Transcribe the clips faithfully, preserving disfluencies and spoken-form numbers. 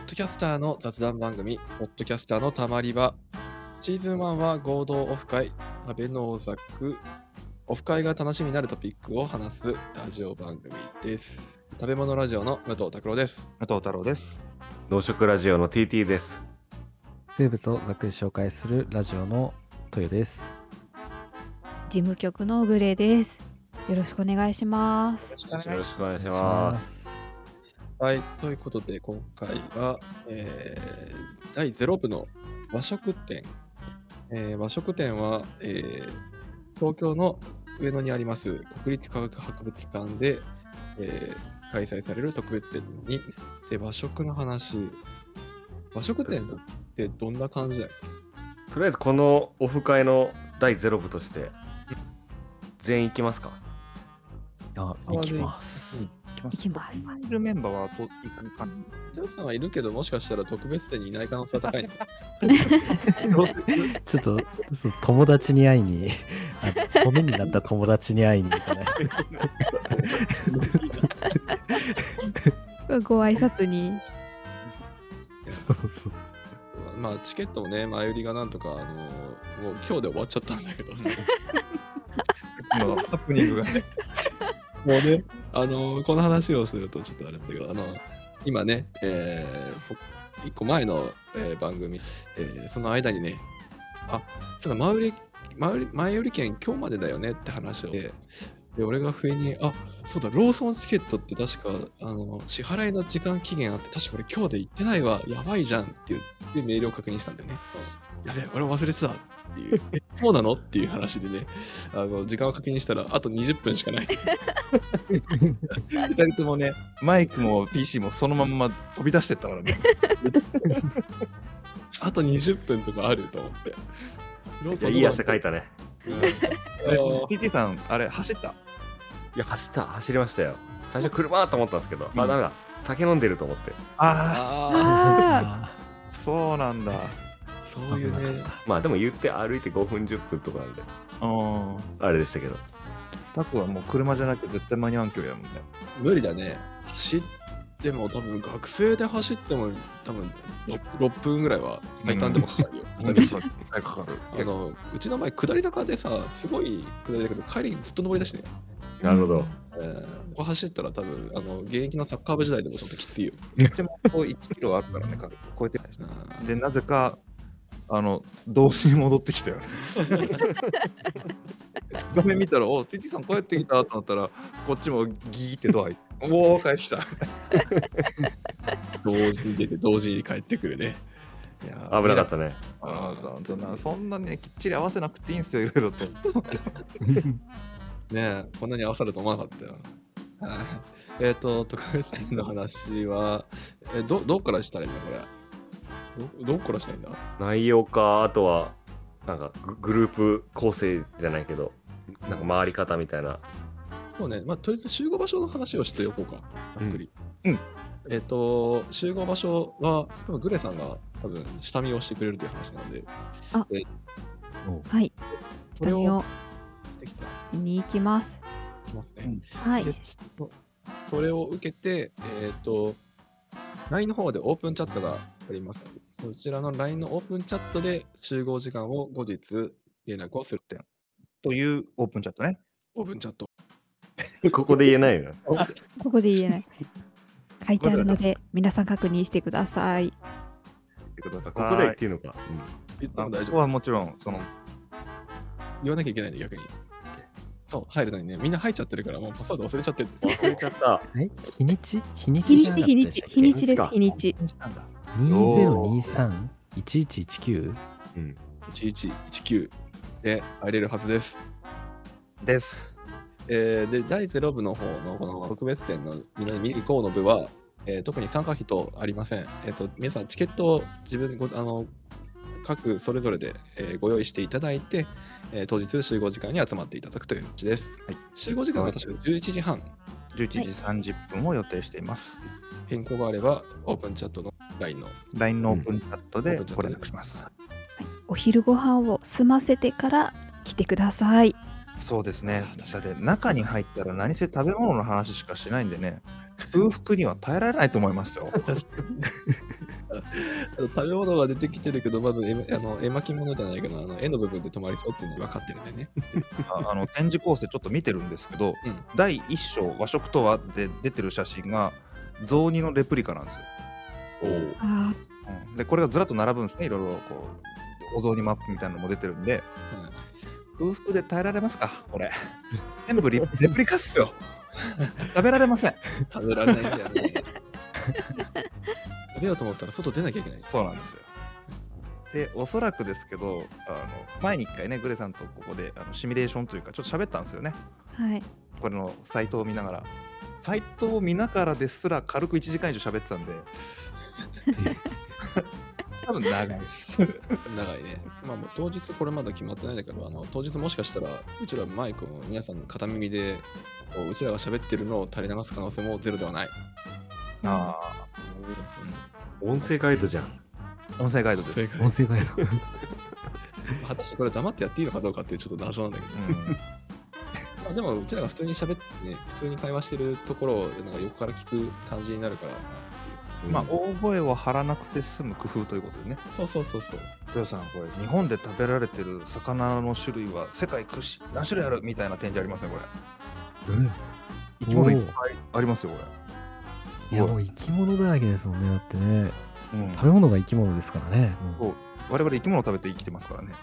ドキャスターの雑談番組、ポッドキャスターのたまり場。シーズンワンは合同オフ会、食べ農作、オフ会が楽しみになるトピックを話すラジオ番組です。食べ物ラジオの武藤拓郎です。 武藤太郎です。 農食ラジオの ティーティー です。 生物をざっくり紹介するラジオの豊です。 事務局のグレです。よろしくお願いします。 よろしくお願いします。 はい、ということで今回は、えー、だいゼロ部の和食展、えー、和食展は、えー、東京の上野にあります国立科学博物館で、えー、開催される特別展にで和食の話。和食展ってどんな感じだよ。 とりあえずこのオフ会のだいゼロ部として全員行きますか？ あ、行きます。 うん行きます。 いるメンバーはと行くかな。 ジョーさんはいるけど、もしかしたら特別展にいない可能性は高いのちょっとそう友達に会いにあの骨になった友達に会いに行かないご挨拶に。 そうそう。 まあチケットもね、前売りがなんとか、あのー、もう今日で終わっちゃったんだけどね。 ハプニングがね。 もうね、あのー、この話をするとちょっとあれだけど、あのー、今ね、えー、いっこまえの、えー、番組、えー、その間にね、あ、その前売り、前売り、前売り券今日までだよねって話をで、で俺が不意に、あ、そうだ、ローソンチケットって確か、あの、支払いの時間期限あって、確か俺今日で行ってないわ、やばいじゃんって言ってメールを確認したんだよね。やべえ、俺忘れてたっていう、え、そうなのっていう話でね、あの、時間を確認したら、あとにじゅっぷんしかない。ふたりともね、 マイクも ピーシー もそのまんま飛び出してったからね。 あとにじゅっぷんとかあると思って。ローソンいい汗かいたね。 うん、 ティーティー さん、あれ走った？ いや、走った、走りましたよ。最初車だと思ったんですけど、うん、あ、ダメだ、酒飲んでると思って。 ああ、そうなんだ。 そういうね。 まあでも言って歩いてごふんじゅっぷんとかなんで、あれでしたけど。 タクはもう車じゃなくて絶対間に合わん距離やもんね。 無理だね。走っても多分学生で走っても多分ろっぷんぐらいは最短でもかかるよ。 うん、かかる。 あのうちの前下り坂でさ、すごい下りだけど帰りずっと登り出してね。 なるほど。 えー、ここ走ったら多分あの現役のサッカー部時代でもちょっときついよ。 でもこういちキロあるからね、超えてないしな。でなぜかあの同時に戻ってきたよね。画面見たら、お、ティティさん帰ってきたと思ったら、こっちもギーってドア開いて、おー、返した。 同時に出て、同時に帰ってくるね。 いや危なかったね。 ああ、そんなね、きっちり合わせなくていいんすよ、いろいろと。 ねえ、こんなに合わさると思わなかったよ。えっと、特別展の話は、えど、どっからしたらいいんだ、これ。ど, どっからしたらいいんだ。 内容か、あとはなんか グ, グループ構成じゃないけど、なんか回り方みたいな。 そうね、まあとりあえず集合場所の話をしておこうか、ざっくり。 うん。うん、 えっと集合場所は多分グレさんが多分下見をしてくれるという話なので、 あ、 えはい。下見をしてきた。 に行きます。 いきますね。 うん、はい。 それを受けて、えっと ライン の方でオープンチャットがあります。そちらの ライン のオープンチャットで集合時間を後日連絡をする点というオープンチャットね。 オープンチャット。 ここで言えないよ。 ここで言えない。書いてあるので皆さん確認してください。 ここで言っていいのか。 うん、言っても大丈夫。 ここはもちろんその言わなきゃいけないね、逆に。そう、入るのにね、みんな入っちゃってるから、もうパスワード忘れちゃってる。 忘れちゃった。 え、日にち日にち日にち日にち日にちです、日にち。 にせんにじゅうさん いちいちいちきゅううん。いちいちいちきゅうで入れるはずです。 です。 えー、で、だいゼロ部の方のこの特別展のみんなで見に行こうの部は、えー、特に参加費とありません。えっと、皆さんチケットを自分ご、あの、各それぞれで、えー、ご用意していただいて、えー、当日集合時間に集まっていただくという感じです。はい、集合時間は確かじゅういちじはん。 じゅういちじさんじゅっぷんを予定しています。 変更があれば、オープンチャットの ライン の。 ライン のオープンチャットでご連絡します。 はい、お昼ご飯を済ませてから来てください。 そうですね。だって中に入ったら何せ食べ物の話しかしないんでね。 空腹には耐えられないと思いますよ。 確かにね。あの食べ物が出てきてるけど、まず絵あの絵巻物じゃないけど、あの絵の部分で止まりそうっていうのは分かってるんでね。 ああの展示構成ちょっと見てるんですけど、 うん、 だいいっ章和食とはで出てる写真が雑煮のレプリカなんですよ。 おお。 あうん、でこれがずらっと並ぶんですね。いろいろこうお雑煮マップみたいなのも出てるんで、空腹で耐えられますかこれ。全部リレプリカっすよ。食べられません。 食べられないんだよね。食べようと思ったら外出なきゃいけない。 そうなんですよ。で、おそらくですけど、あの前に一回ね、グレさんとここであのシミュレーションというか、ちょっと喋ったんですよね。 はい。 これのサイトを見ながら。サイトを見ながらですら軽くいちじかん以上喋ってたんで、多分長いです。 長いね。まあもう当日これまだ決まってないんだけど、あの当日もしかしたらうちらマイクを皆さんの片耳でこううちらが喋ってるのを垂れ流す可能性もゼロではない。 ああ。そうそうそう。 音声ガイドじゃん。 音声ガイドです。 音声ガイド。 果たしてこれ黙ってやっていいのかどうかっていうちょっと謎なんだけど。うんまあでもうちらが普通に喋ってね、普通に会話してるところをなんか横から聞く感じになるから。 うん、まあ大声を張らなくて済む工夫ということでね。 そうそうそうそう。 りょうさん、これ日本で食べられてる魚の種類は世界屈指何種類あるみたいな展示ありますね、これ。 うん。 生き物いっぱいありますよ、これ。いや、もう生き物だらけですもんね、だってね。うん、食べ物が生き物ですからね。 そう我々生き物を食べて生きてますからね。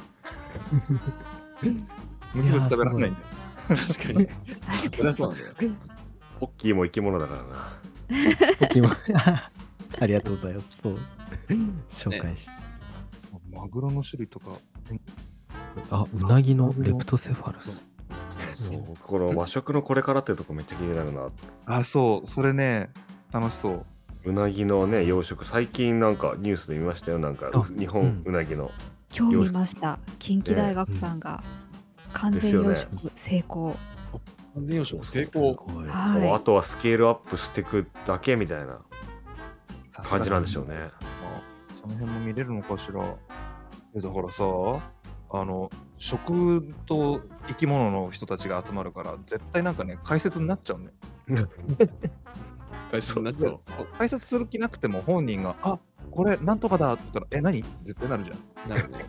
無機物食べられないんで。 確かに。 確かに。 ポッキーも生き物だからな。 ポッキーも。ありがとうございます。そう。紹介して。 マグロの種類とか。 あ、うなぎのレプトセファルス。 そう、この和食のこれからっていうとこめっちゃ気になるな。 あ、そう、それね、楽しそう。 うなぎのね、養殖、最近なんかニュースで見ましたよ。なんか日本うなぎの。 今日見ました。近畿大学さんが完全養殖成功。 完全養殖成功。 はい。 あとはスケールアップしていくだけみたいな感じなんでしょうね。 その辺も見れるのかしら。え、だからさ、あの食と生き物の人たちが集まるから絶対なんかね解説になっちゃうね。 解説になっちゃう。 解説する気なくても本人があこれなんとかだって言ったらえ何絶対なるじゃん。 なるね。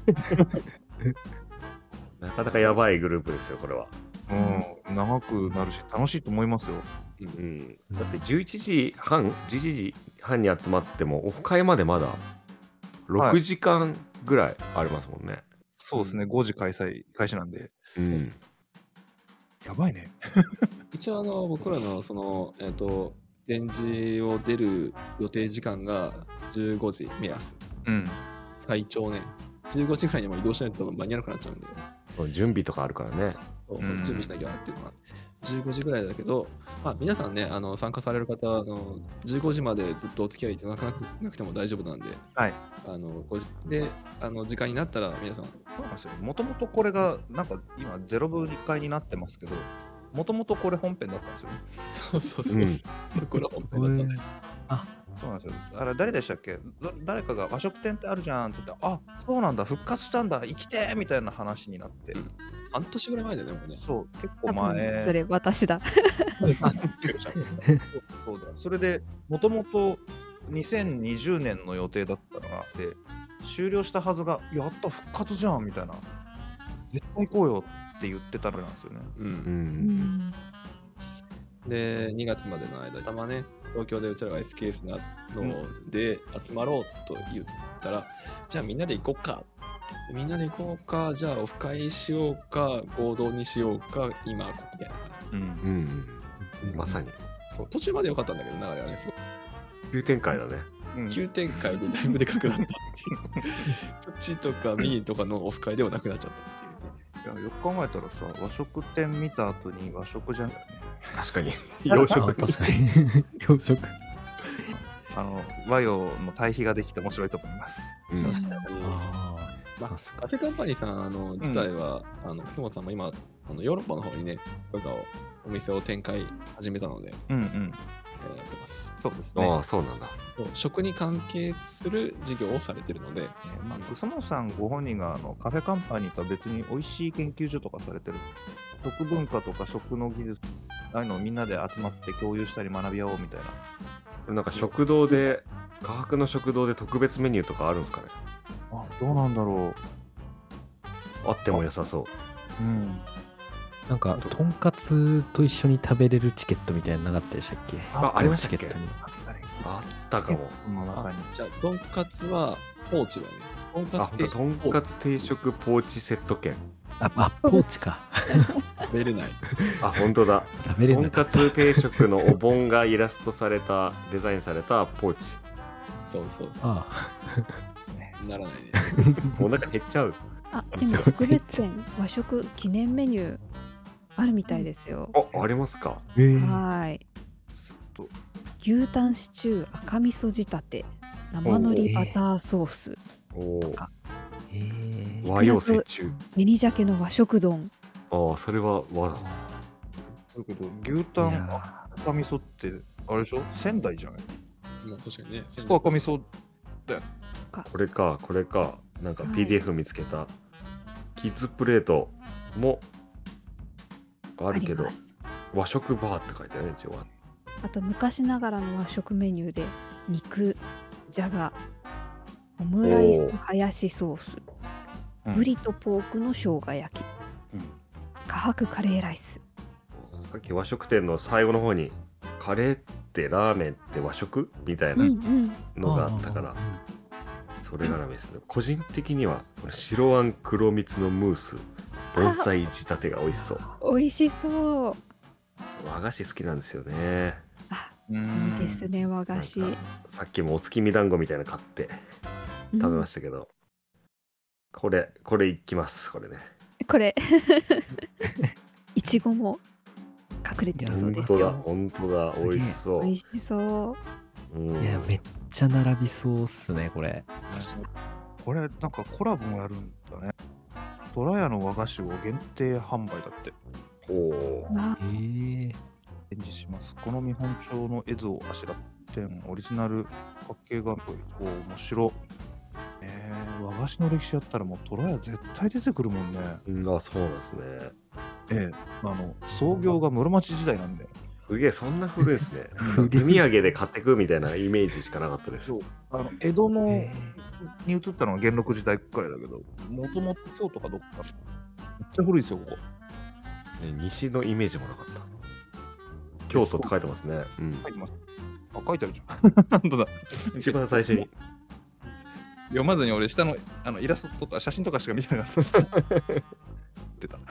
なかなかやばいグループですよこれは。 うん、長くなるし楽しいと思いますよ。 うん、だってじゅういちじはんじゅういちじはんに集まってもオフ会までまだろくじかんぐらいありますもんね。 はい、そうですね、ごじ開催開始なんで、 うん、 やばいね。 一応あの僕らのそのえっ、ー、と展示を出る予定時間がじゅうごじ目安。 うん。 最長ね。じゅうごじぐらいにも移動しないと間に合わなくなっちゃうんで。 準備とかあるからね。 そうそう、準備しなきゃなっていうのは。じゅうごじぐらいだけど、まあ、皆さんね、あの参加される方あの、じゅうごじまでずっとお付き合いいただかなくても大丈夫なんで、 はい。 あのごじであの時間になったら皆さん。 そうなんですよ。もともとこれが、なんか今、ゼロ分いっかいになってますけど、もともとこれ本編だったんですよね。 そうそうそう。うん、これ本編だったんです。 あ、そうなんですよ。あれ誰でしたっけ？誰かが和食店ってあるじゃんって言って、あ、そうなんだ、復活したんだ、生きてーみたいな話になって。うん、 半年ぐらい前だよね、もうね。 そう、結構前。 それ私だ。 そうだ。それでもともとにせんにじゅうねんの予定だったのがで、終了したはずが、やった復活じゃんみたいな。絶対行こうよって言ってたらなんですよね。 うん。うん、で、にがつまでの間、たまね、東京でうちらが エスケーエス なので集まろうと言ったら、うん、じゃあみんなで行こうか。みんなで行こうか。じゃあオフ会しようか。合同にしようか。今、ここみたいな感じ。 うんうんうん、まさに。 そう、途中まで良かったんだけど、流れはね、すごい。 急展開だね。 うん、急展開でだいぶでかくなったっていう。こっちとかミニとかのオフ会ではなくなっちゃったっていう、ね。 いやよく考えたらさ、和食店見た後に和食じゃないよね。 確かに。洋食。 確かに。洋食。 あの和洋の対比ができて面白いと思います。 うん、確かに。あまあ、カフェカンパニーさんあの自体は、うん、あの楠本さんも今あのヨーロッパの方にね、お店を展開始めたので、 うんうん、 えー、やってます。 そうですね。 ああ、そうなんだ。 そう食に関係する事業をされているので、えーまあ、楠本さんご本人があのカフェカンパニーとは別に美味しい研究所とかされてる食文化とか食の技術ああいうのをみんなで集まって共有したり学び合おうみたいな。 なんか食堂で、画伯の食堂で特別メニューとかあるんですかね。 あ、どうなんだろあっても良さそう。 う。うん。 なんか、とんかつと一緒に食べれるチケットみたいなのなかったでしたっけ？ あありましたっけチケットに。 あったかも。 この中あに。 じゃあ、とんかつはポーチだね。とんあ、 かつ定ほんと、とんかつ定食ポーチセット券。 あ、あポーチか。 食べれない。 あ、本当だ。 食べれとなんかった。 かつ定食のお盆がイラストされた、デザインされたポーチ。 そうそうそう。 あならないね。 もうなんか減っちゃう。 あ、でも特別展和食記念メニューあるみたいですよ。 あ、ありますか。 えー、 はい。 ずっと牛タンシチュー赤味噌仕立て生海苔バターソースおお。 かえー、 和洋折衷。 紅鮭の和食丼。 ああ、それは和だ。 だけど、牛タンいや赤味噌って、あれでしょ仙台じゃない？ まあ確かにね。 そこ赤味噌だよ。 これか、これか。なんかはいピーディーエフ 見つけた。キッズプレートもあるけどありま、す。 和食バーって書いてあるね、一応は。 あと昔ながらの和食メニューで肉、じゃが、オムライスハヤシソース、 うんブリとポークの生姜焼き、 うんカハクカレーライス。 さっき和食店の最後の方に、カレーってラーメンって和食みたいうんなうん。 のがあったから、それがラーメンですね。個人的には、これ白あん黒蜜のムース、盆栽仕立てが美味しそう。 美味しそう。 和菓子好きなんですよね。 あ、 ういんいですね、和菓子。 なんかさっきもお月見団子みたいなの買ってうん食べましたけど、これ、これいきます、これね。 これいちごも隠れてるそうです本当だ、 よ。 本当だ、 すげえ美味しそう。 美味しそう。 うん、 いや、めっちゃ並びそうっすね、これ。 これ、なんかコラボもやるんだね。ドラヤの和菓子を限定販売だって。 おーわえー、 展示します。この見本帳の絵図をあしらってんオリジナル八景がお面白。えー、和菓子の歴史やったらもうトラヤ絶対出てくるもんね。 うん、あ、そうなんですね。 ええ、あの創業が室町時代なんで。 すげえ、そんな古いですね。 古い手土産で買ってくみたいなイメージしかなかったです。 そうあの江戸のえに移ったのは元禄時代くらいだけど、もともと京都かどっか。めっちゃ古いですよ、ここ。 ね、西のイメージもなかった。京都って書いてますね。うん、 書いてます。あ、書いてあるじゃん。本当だ。 一番最初に。 読まずに俺、下のあのイラストとか写真とかしか見てなかった。出た。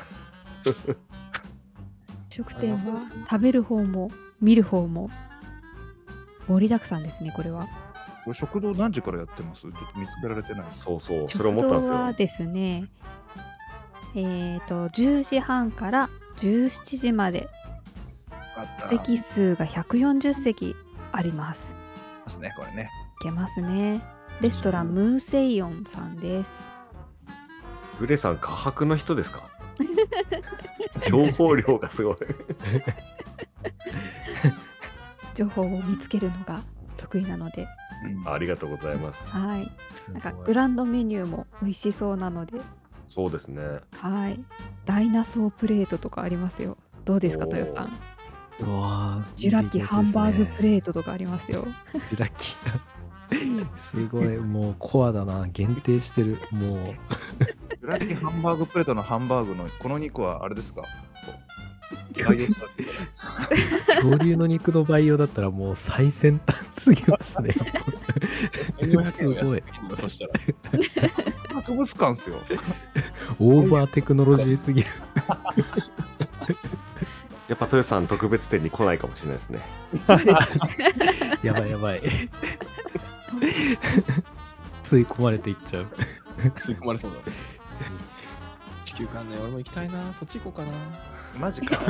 食店は食べる方も見る方も盛りだくさんですね、これは。 これ食堂何時からやってます？ちょっと見つけられてない。 そうそう、それ食思ったんですよ。 堂はですね、えっ、とじゅうじはんからじゅうしちじまであった席数がひゃくよんじゅっせきあります。 ますね、これね。 いけますね。レストランムーセイヨンさんです。 グレさん、科博の人ですか？情報量がすごい。 情報を見つけるのが得意なので、 うんありがとうございます。 はい。 すなんかごいグランドメニューも美味しそうなので、 そうですね。 はい。ダイナソープレートとかありますよ。どうですか、 おー豊さん。 うわージュラキハンバーグプレート。 トとかありますよ。 ジュラキ。すごい、もうコアだな。限定してる。もう。 ブラッキハンバーグプレートのハンバーグのこの肉はあれですか？培養したって恐竜の肉の培養だったらもう最先端すぎますね。 せんよんひゃくえんすごい。 そしたら。 博物館っすよ。 オーバーテクノロジーすぎる。 やっぱ豊さん特別展に来ないかもしれないですね。 そうですね。 やばいやばい。吸い込まれていっちゃう。 吸い込まれそうだね。地球館ね、俺も行きたいな。そっち行こうかな。 マジか。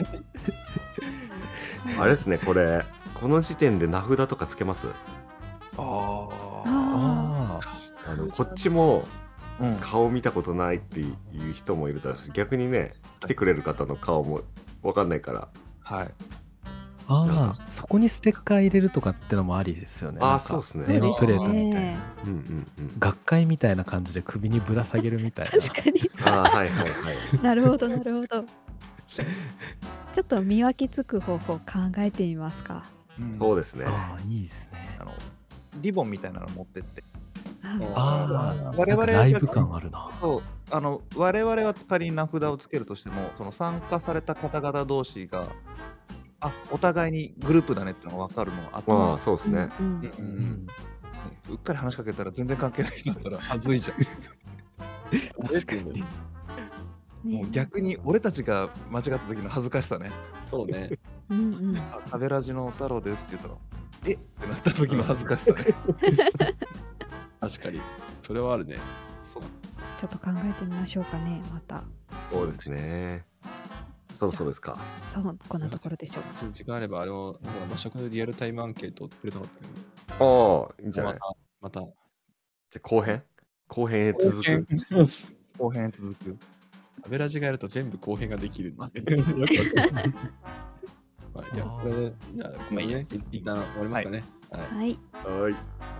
あれですね、これ、この時点で名札とかつけます？ ああ。 あああのこっちもうん。 顔見たことないっていう人もいるだろうし、逆にね、来てくれる方の顔もわかんないから。 はい。 あ。ああ、そこにステッカー入れるとかってのもありですよね。 ああ、 なんかそうですね。 ネームプレートそうですみたいな。 ね。 うんうんうん。 学会みたいな感じで首にぶら下げるみたいな。 確かに。 ああ、はいはいはい。 なるほど、なるほど。 ちょっと見分けつく方法考えてみますか。 うんそうですね。 ああ、いいですね。 あのリボンみたいなの持ってって、 ああ、 我々 なんかライブ感あるな。 そうあの我々は仮に名札をつけるとしても、その参加された方々同士があお互いにグループだねってのが分かるのは頭まあのそうですね。 うんうんうんうっかり話しかけたら全然関係ない人だったらはずいじゃん。 確かに。 ねもう逆に俺たちが間違った時の恥ずかしさね。 そうね。 うんうんあ食べラジの太郎ですって言ったら、えってなった時の恥ずかしさね。 確かに。それはあるね。そう。 ちょっと考えてみましょうかね、また。 そうですね。そろそろですか。 そうこんなところでしょう。 ちょっと時間あれば、あれを、なんか和食のリアルタイムアンケートを作りたかったけど、 ああ、いいんじゃない。 また、また、 じゃあ後編後編へ続く。 後編続く。 食べラジがやると全部後編ができるんだね。よくわかんない。まあ、いや、これで、じゃあ、まあいいね。一旦終わりますかね。はい。 はい。 はい。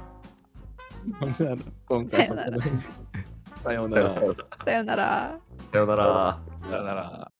今回はこの辺。さようなら。 さよなら。 さよなら。 さようなら。